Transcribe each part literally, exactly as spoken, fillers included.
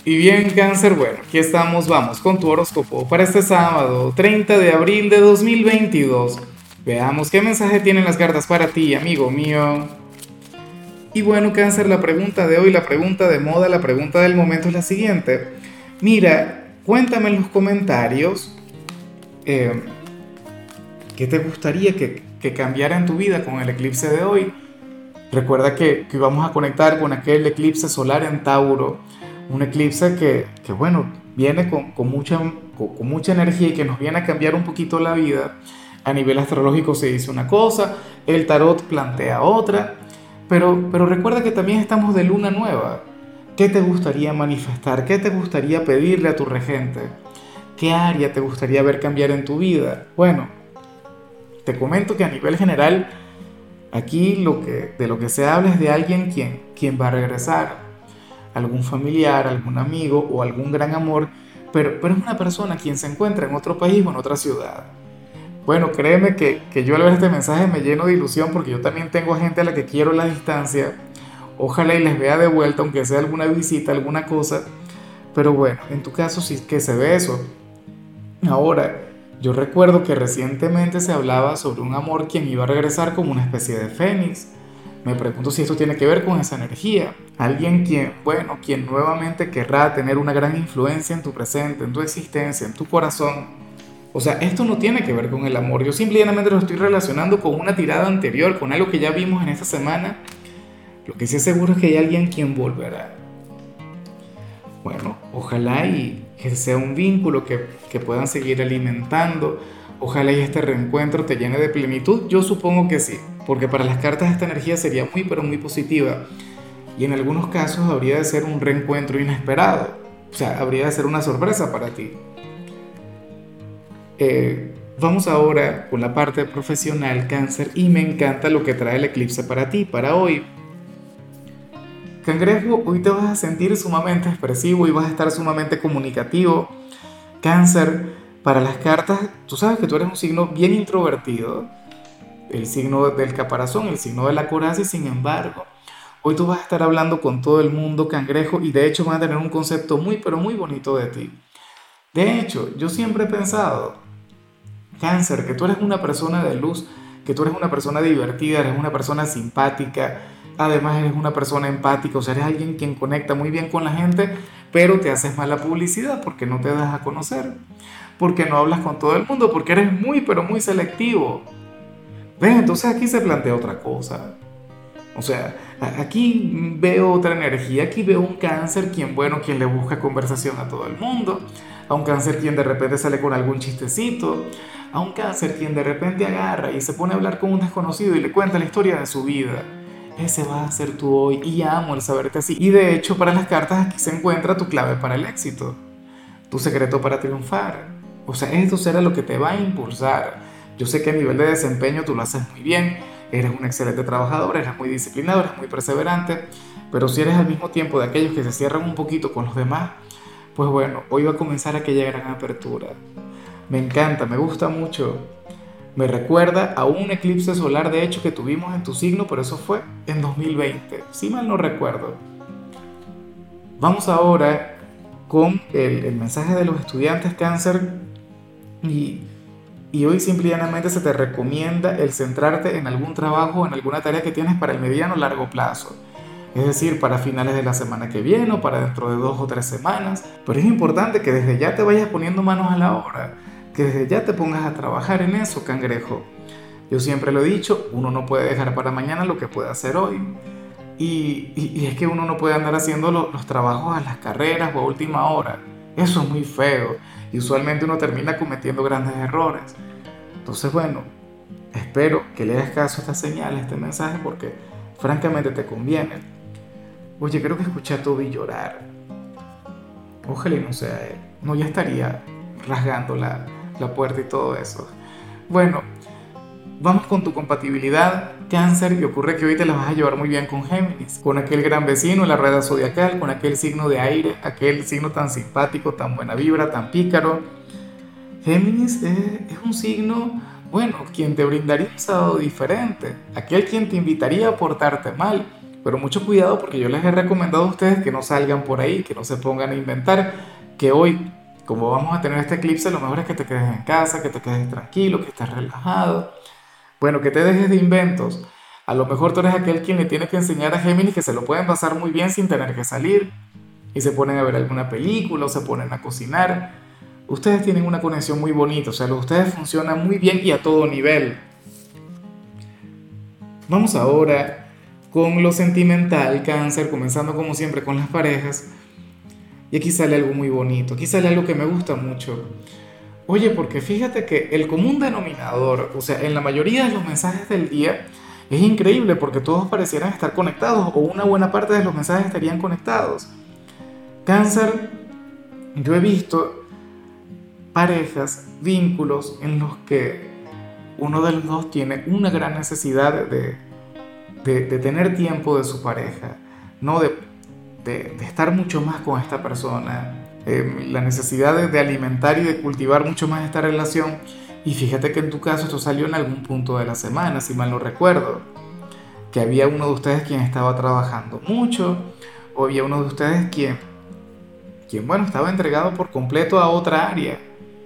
Y bien, Cáncer, bueno, aquí estamos, vamos con tu horóscopo para este sábado, treinta de abril de dos mil veintidós. Veamos qué mensaje tienen las cartas para ti, amigo mío. Y bueno, Cáncer, la pregunta de hoy, la pregunta de moda, la pregunta del momento es la siguiente. Mira, cuéntame en los comentarios eh, qué te gustaría que, que cambiara en tu vida con el eclipse de hoy. Recuerda que, que vamos a conectar con aquel eclipse solar en Tauro, un eclipse que, que bueno, viene con, con mucha, con, con mucha energía y que nos viene a cambiar un poquito la vida. A nivel astrológico se dice una cosa, el tarot plantea otra, pero, pero recuerda que también estamos de luna nueva. ¿Qué te gustaría manifestar? ¿Qué te gustaría pedirle a tu regente? ¿Qué área te gustaría ver cambiar en tu vida? Bueno, te comento que a nivel general, aquí lo que, de lo que se habla es de alguien quien, quien va a regresar, algún familiar, algún amigo o algún gran amor, pero, pero es una persona quien se encuentra en otro país o en otra ciudad. Bueno, créeme que, que yo al ver este mensaje me lleno de ilusión porque yo también tengo gente a la que quiero a la distancia. Ojalá y les vea de vuelta, aunque sea alguna visita, alguna cosa. Pero bueno, en tu caso sí que se ve eso. Ahora, yo recuerdo que recientemente se hablaba sobre un amor quien iba a regresar como una especie de fénix. Me pregunto si esto tiene que ver con esa energía. Alguien quien, bueno, quien nuevamente querrá tener una gran influencia en tu presente, en tu existencia, en tu corazón. O sea, esto no tiene que ver con el amor. Yo simplemente lo estoy relacionando con una tirada anterior, con algo que ya vimos en esta semana. Lo que sí es seguro es que hay alguien quien volverá. Bueno, ojalá y que sea un vínculo que, que puedan seguir alimentando. Ojalá y este reencuentro te llene de plenitud. Yo supongo que sí, porque para las cartas esta energía sería muy, pero muy positiva. Y en algunos casos habría de ser un reencuentro inesperado. O sea, habría de ser una sorpresa para ti. Eh, vamos ahora con la parte profesional, Cáncer, y me encanta lo que trae el eclipse para ti, para hoy. Cangrejo, hoy te vas a sentir sumamente expresivo y vas a estar sumamente comunicativo. Cáncer, para las cartas, tú sabes que tú eres un signo bien introvertido, el signo del caparazón, el signo de la coraza, y sin embargo, hoy tú vas a estar hablando con todo el mundo, Cangrejo, y de hecho van a tener un concepto muy, pero muy bonito de ti. De hecho, yo siempre he pensado, Cáncer, que tú eres una persona de luz, que tú eres una persona divertida, eres una persona simpática, además eres una persona empática, o sea, eres alguien quien conecta muy bien con la gente, pero te haces mala publicidad porque no te das a conocer, porque no hablas con todo el mundo, porque eres muy, pero muy selectivo. ¿Ves? Entonces aquí se plantea otra cosa. O sea, aquí veo otra energía, aquí veo un Cáncer quien, bueno, quien le busca conversación a todo el mundo, a un Cáncer quien de repente sale con algún chistecito, a un Cáncer quien de repente agarra y se pone a hablar con un desconocido y le cuenta la historia de su vida. Ese va a ser tú hoy y amo el saberte así. Y de hecho, para las cartas aquí se encuentra tu clave para el éxito, tu secreto para triunfar. O sea, esto será lo que te va a impulsar. Yo sé que a nivel de desempeño tú lo haces muy bien, eres un excelente trabajador, eres muy disciplinado, eres muy perseverante, pero si eres al mismo tiempo de aquellos que se cierran un poquito con los demás, pues bueno, hoy va a comenzar aquella gran apertura. Me encanta, me gusta mucho. Me recuerda a un eclipse solar, de hecho, que tuvimos en tu signo, pero eso fue en dos mil veinte, si mal no recuerdo. Vamos ahora con el, el mensaje de los estudiantes, Cáncer, y, y hoy simplemente se te recomienda el centrarte en algún trabajo o en alguna tarea que tienes para el mediano o largo plazo. Es decir, para finales de la semana que viene o para dentro de dos o tres semanas. Pero es importante que desde ya te vayas poniendo manos a la obra, que desde ya te pongas a trabajar en eso, Cangrejo. Yo siempre lo he dicho, uno no puede dejar para mañana lo que puede hacer hoy. Y, y, y es que uno no puede andar haciendo lo, los trabajos a las carreras o a última hora. Eso es muy feo y usualmente uno termina cometiendo grandes errores. Entonces, bueno, espero que le hagas caso a esta señal, a este mensaje, porque francamente te conviene. Oye, creo que escuché a Toby llorar. Ojalá y no sea él. No, ya estaría rasgando la, la puerta y todo eso. Bueno, vamos con tu compatibilidad, Cáncer, y ocurre que hoy te la vas a llevar muy bien con Géminis, con aquel gran vecino en la rueda zodiacal, con aquel signo de aire, aquel signo tan simpático, tan buena vibra, tan pícaro. Géminis es, es un signo, bueno, quien te brindaría un sábado diferente, aquel quien te invitaría a portarte mal, Pero mucho cuidado porque yo les he recomendado a ustedes que no salgan por ahí, que no se pongan a inventar, que hoy, como vamos a tener este eclipse, lo mejor es que te quedes en casa, que te quedes tranquilo, que estés relajado, bueno, que te dejes de inventos. A lo mejor tú eres aquel quien le tiene que enseñar a Géminis que se lo pueden pasar muy bien sin tener que salir y se ponen a ver alguna película o se ponen a cocinar. Ustedes tienen una conexión muy bonita, o sea, lo de ustedes funciona muy bien y a todo nivel. Vamos ahora con lo sentimental, Cáncer, comenzando como siempre con las parejas. Y aquí sale algo muy bonito, aquí sale algo que me gusta mucho. Oye, porque fíjate que el común denominador, o sea, en la mayoría de los mensajes del día, es increíble porque todos parecieran estar conectados o una buena parte de los mensajes estarían conectados. Cáncer, yo he visto parejas, vínculos en los que uno de los dos tiene una gran necesidad de, de, de tener tiempo de su pareja, ¿no? De, de, de estar mucho más con esta persona, eh, la necesidad de, de alimentar y de cultivar mucho más esta relación. Y fíjate que en tu caso esto salió en algún punto de la semana, si mal no recuerdo, que había uno de ustedes quien estaba trabajando mucho, o había uno de ustedes quien, quien bueno, estaba entregado por completo a otra área.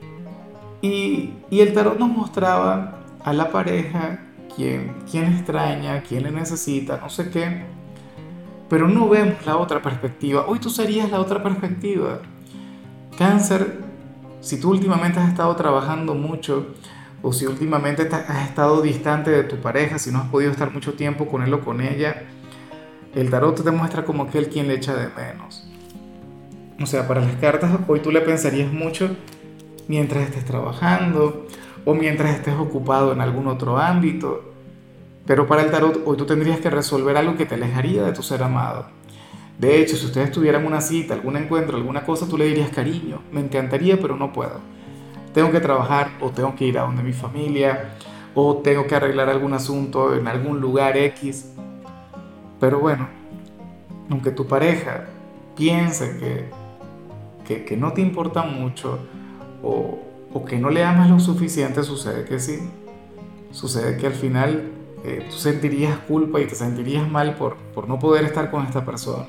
Y, y el tarot nos mostraba a la pareja quién, quién extraña, quién le necesita, no sé qué, pero no vemos la otra perspectiva. Hoy tú serías la otra perspectiva. Cáncer, si tú últimamente has estado trabajando mucho o si últimamente has estado distante de tu pareja, si no has podido estar mucho tiempo con él o con ella, el tarot te muestra como aquel quien le echa de menos. O sea, para las cartas hoy tú le pensarías mucho mientras estés trabajando o mientras estés ocupado en algún otro ámbito. Pero para el tarot hoy tú tendrías que resolver algo que te alejaría de tu ser amado. De hecho, si ustedes tuvieran una cita, algún encuentro, alguna cosa, tú le dirías: cariño, me encantaría, pero no puedo. Tengo que trabajar o tengo que ir a donde mi familia o tengo que arreglar algún asunto en algún lugar X. Pero bueno, aunque tu pareja piense que, que, que no te importa mucho o, o que no le amas lo suficiente, sucede que sí. Sucede que al final eh, tú sentirías culpa y te sentirías mal por, por no poder estar con esta persona,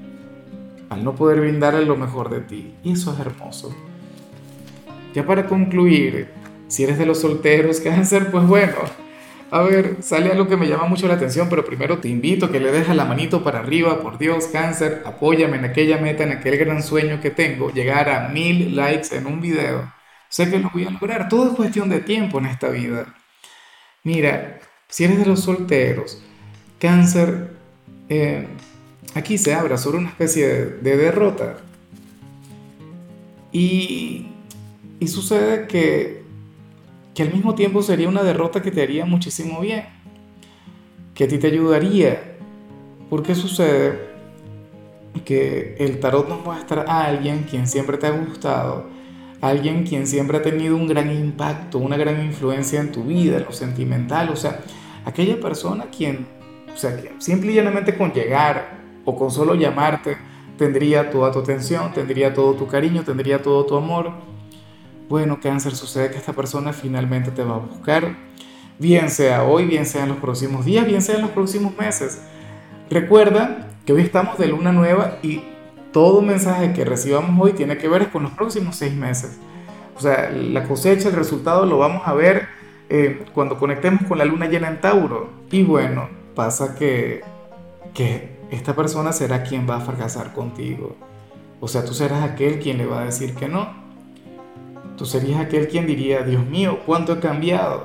al no poder brindarle lo mejor de ti. Y eso es hermoso. Ya para concluir, si eres de los solteros, Cáncer, pues bueno, a ver, sale algo que me llama mucho la atención, pero primero te invito a que le dejes la manito para arriba, por Dios, Cáncer, apóyame en aquella meta, en aquel gran sueño que tengo, llegar a mil likes en un video. Sé que lo voy a lograr, todo es cuestión de tiempo en esta vida. Mira, si eres de los solteros, Cáncer, eh, aquí se habla sobre una especie de, de derrota. Y, y sucede que, que al mismo tiempo sería una derrota que te haría muchísimo bien, que a ti te ayudaría. Porque sucede que el tarot nos muestra a alguien quien siempre te ha gustado, alguien quien siempre ha tenido un gran impacto, una gran influencia en tu vida, en lo sentimental, o sea, aquella persona quien, o sea, que simple y llanamente con llegar o con solo llamarte tendría toda tu atención, tendría todo tu cariño, tendría todo tu amor. Bueno, Cáncer, sucede que esta persona finalmente te va a buscar, bien sea hoy, bien sea en los próximos días, bien sea en los próximos meses. Recuerda que hoy estamos de luna nueva y todo mensaje que recibamos hoy tiene que ver con los próximos seis meses. O sea, la cosecha, el resultado lo vamos a ver eh, cuando conectemos con la luna llena en Tauro. Y bueno, pasa que, que esta persona será quien va a fracasar contigo. O sea, tú serás aquel quien le va a decir que no. Tú serías aquel quien diría: Dios mío, ¿cuánto he cambiado?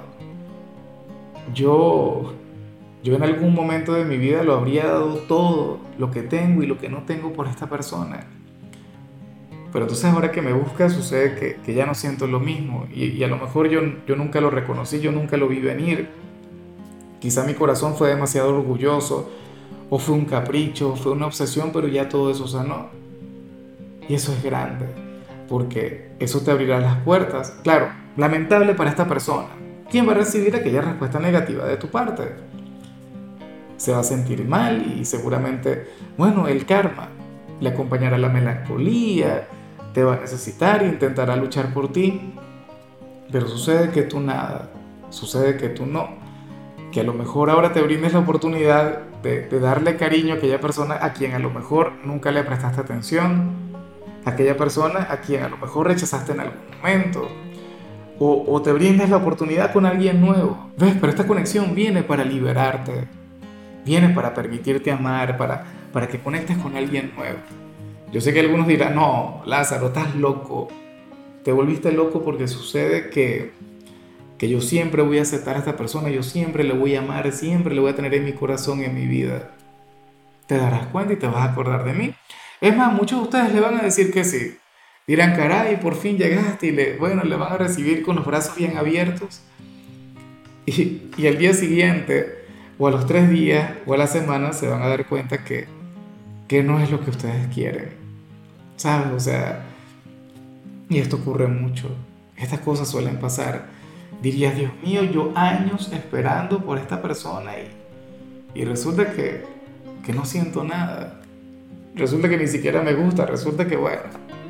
Yo, yo en algún momento de mi vida lo habría dado todo, lo que tengo y lo que no tengo por esta persona. Pero entonces ahora que me busca sucede que, que ya no siento lo mismo y, y a lo mejor yo, yo nunca lo reconocí, yo nunca lo vi venir. Quizá mi corazón fue demasiado orgulloso o fue un capricho, fue una obsesión, pero ya todo eso sanó. Y eso es grande, porque eso te abrirá las puertas. Claro, lamentable para esta persona. ¿Quién va a recibir aquella respuesta negativa de tu parte? Se va a sentir mal y seguramente, bueno, el karma le acompañará la melancolía, te va a necesitar e intentará luchar por ti, pero sucede que tú nada, sucede que tú no, que a lo mejor ahora te brindes la oportunidad de, de darle cariño a aquella persona a quien a lo mejor nunca le prestaste atención, a aquella persona a quien a lo mejor rechazaste en algún momento, o, o te brindes la oportunidad con alguien nuevo. ¿Ves? Pero esta conexión viene para liberarte, viene para permitirte amar, para, para que conectes con alguien nuevo. Yo sé que algunos dirán, no, Lázaro, estás loco, te volviste loco porque sucede que, que yo siempre voy a aceptar a esta persona, yo siempre le voy a amar, siempre le voy a tener en mi corazón y en mi vida. Te darás cuenta y te vas a acordar de mí. Es más, muchos de ustedes le van a decir que sí. Dirán, caray, por fin llegaste y le, bueno, le van a recibir con los brazos bien abiertos. Y, y al día siguiente, o a los tres días, o a la semana, se van a dar cuenta que, que no es lo que ustedes quieren. ¿Sabes? O sea, y esto ocurre mucho. Estas cosas suelen pasar. Dirías, Dios mío, yo años esperando por esta persona y, y resulta que, que no siento nada. Resulta que ni siquiera me gusta. Resulta que, bueno,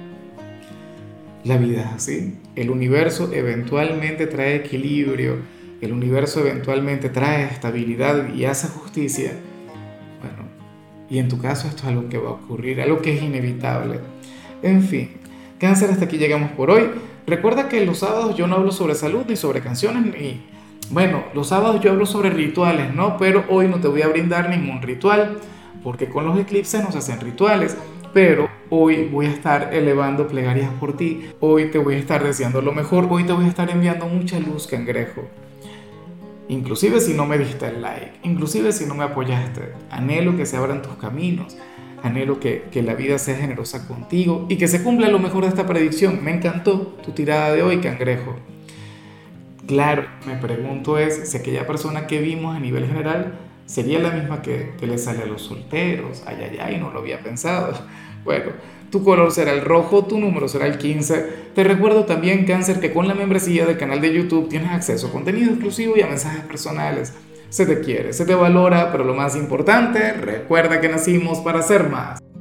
la vida es así. El universo eventualmente trae equilibrio. El universo eventualmente trae estabilidad y hace justicia. Bueno, y en tu caso esto es algo que va a ocurrir, algo que es inevitable. En fin, Cáncer, hasta aquí llegamos por hoy. Recuerda que los sábados yo no hablo sobre salud ni sobre canciones ni... Bueno, los sábados yo hablo sobre rituales, ¿no? Pero hoy no te voy a brindar ningún ritual, porque con los eclipses no se hacen rituales. Pero hoy voy a estar elevando plegarias por ti. Hoy te voy a estar deseando lo mejor. Hoy te voy a estar enviando mucha luz, cangrejo. Inclusive si no me diste el like, inclusive si no me apoyaste, anhelo que se abran tus caminos, anhelo que, que la vida sea generosa contigo y que se cumpla lo mejor de esta predicción. Me encantó tu tirada de hoy, cangrejo. Claro, me pregunto es si aquella persona que vimos a nivel general sería la misma que, que le sale a los solteros. Ay, ay, ay, no lo había pensado. Bueno, tu color será el rojo, tu número será el quince. Te recuerdo también, Cáncer, que con la membresía del canal de YouTube tienes acceso a contenido exclusivo y a mensajes personales. Se te quiere, se te valora, pero lo más importante, recuerda que nacimos para ser más.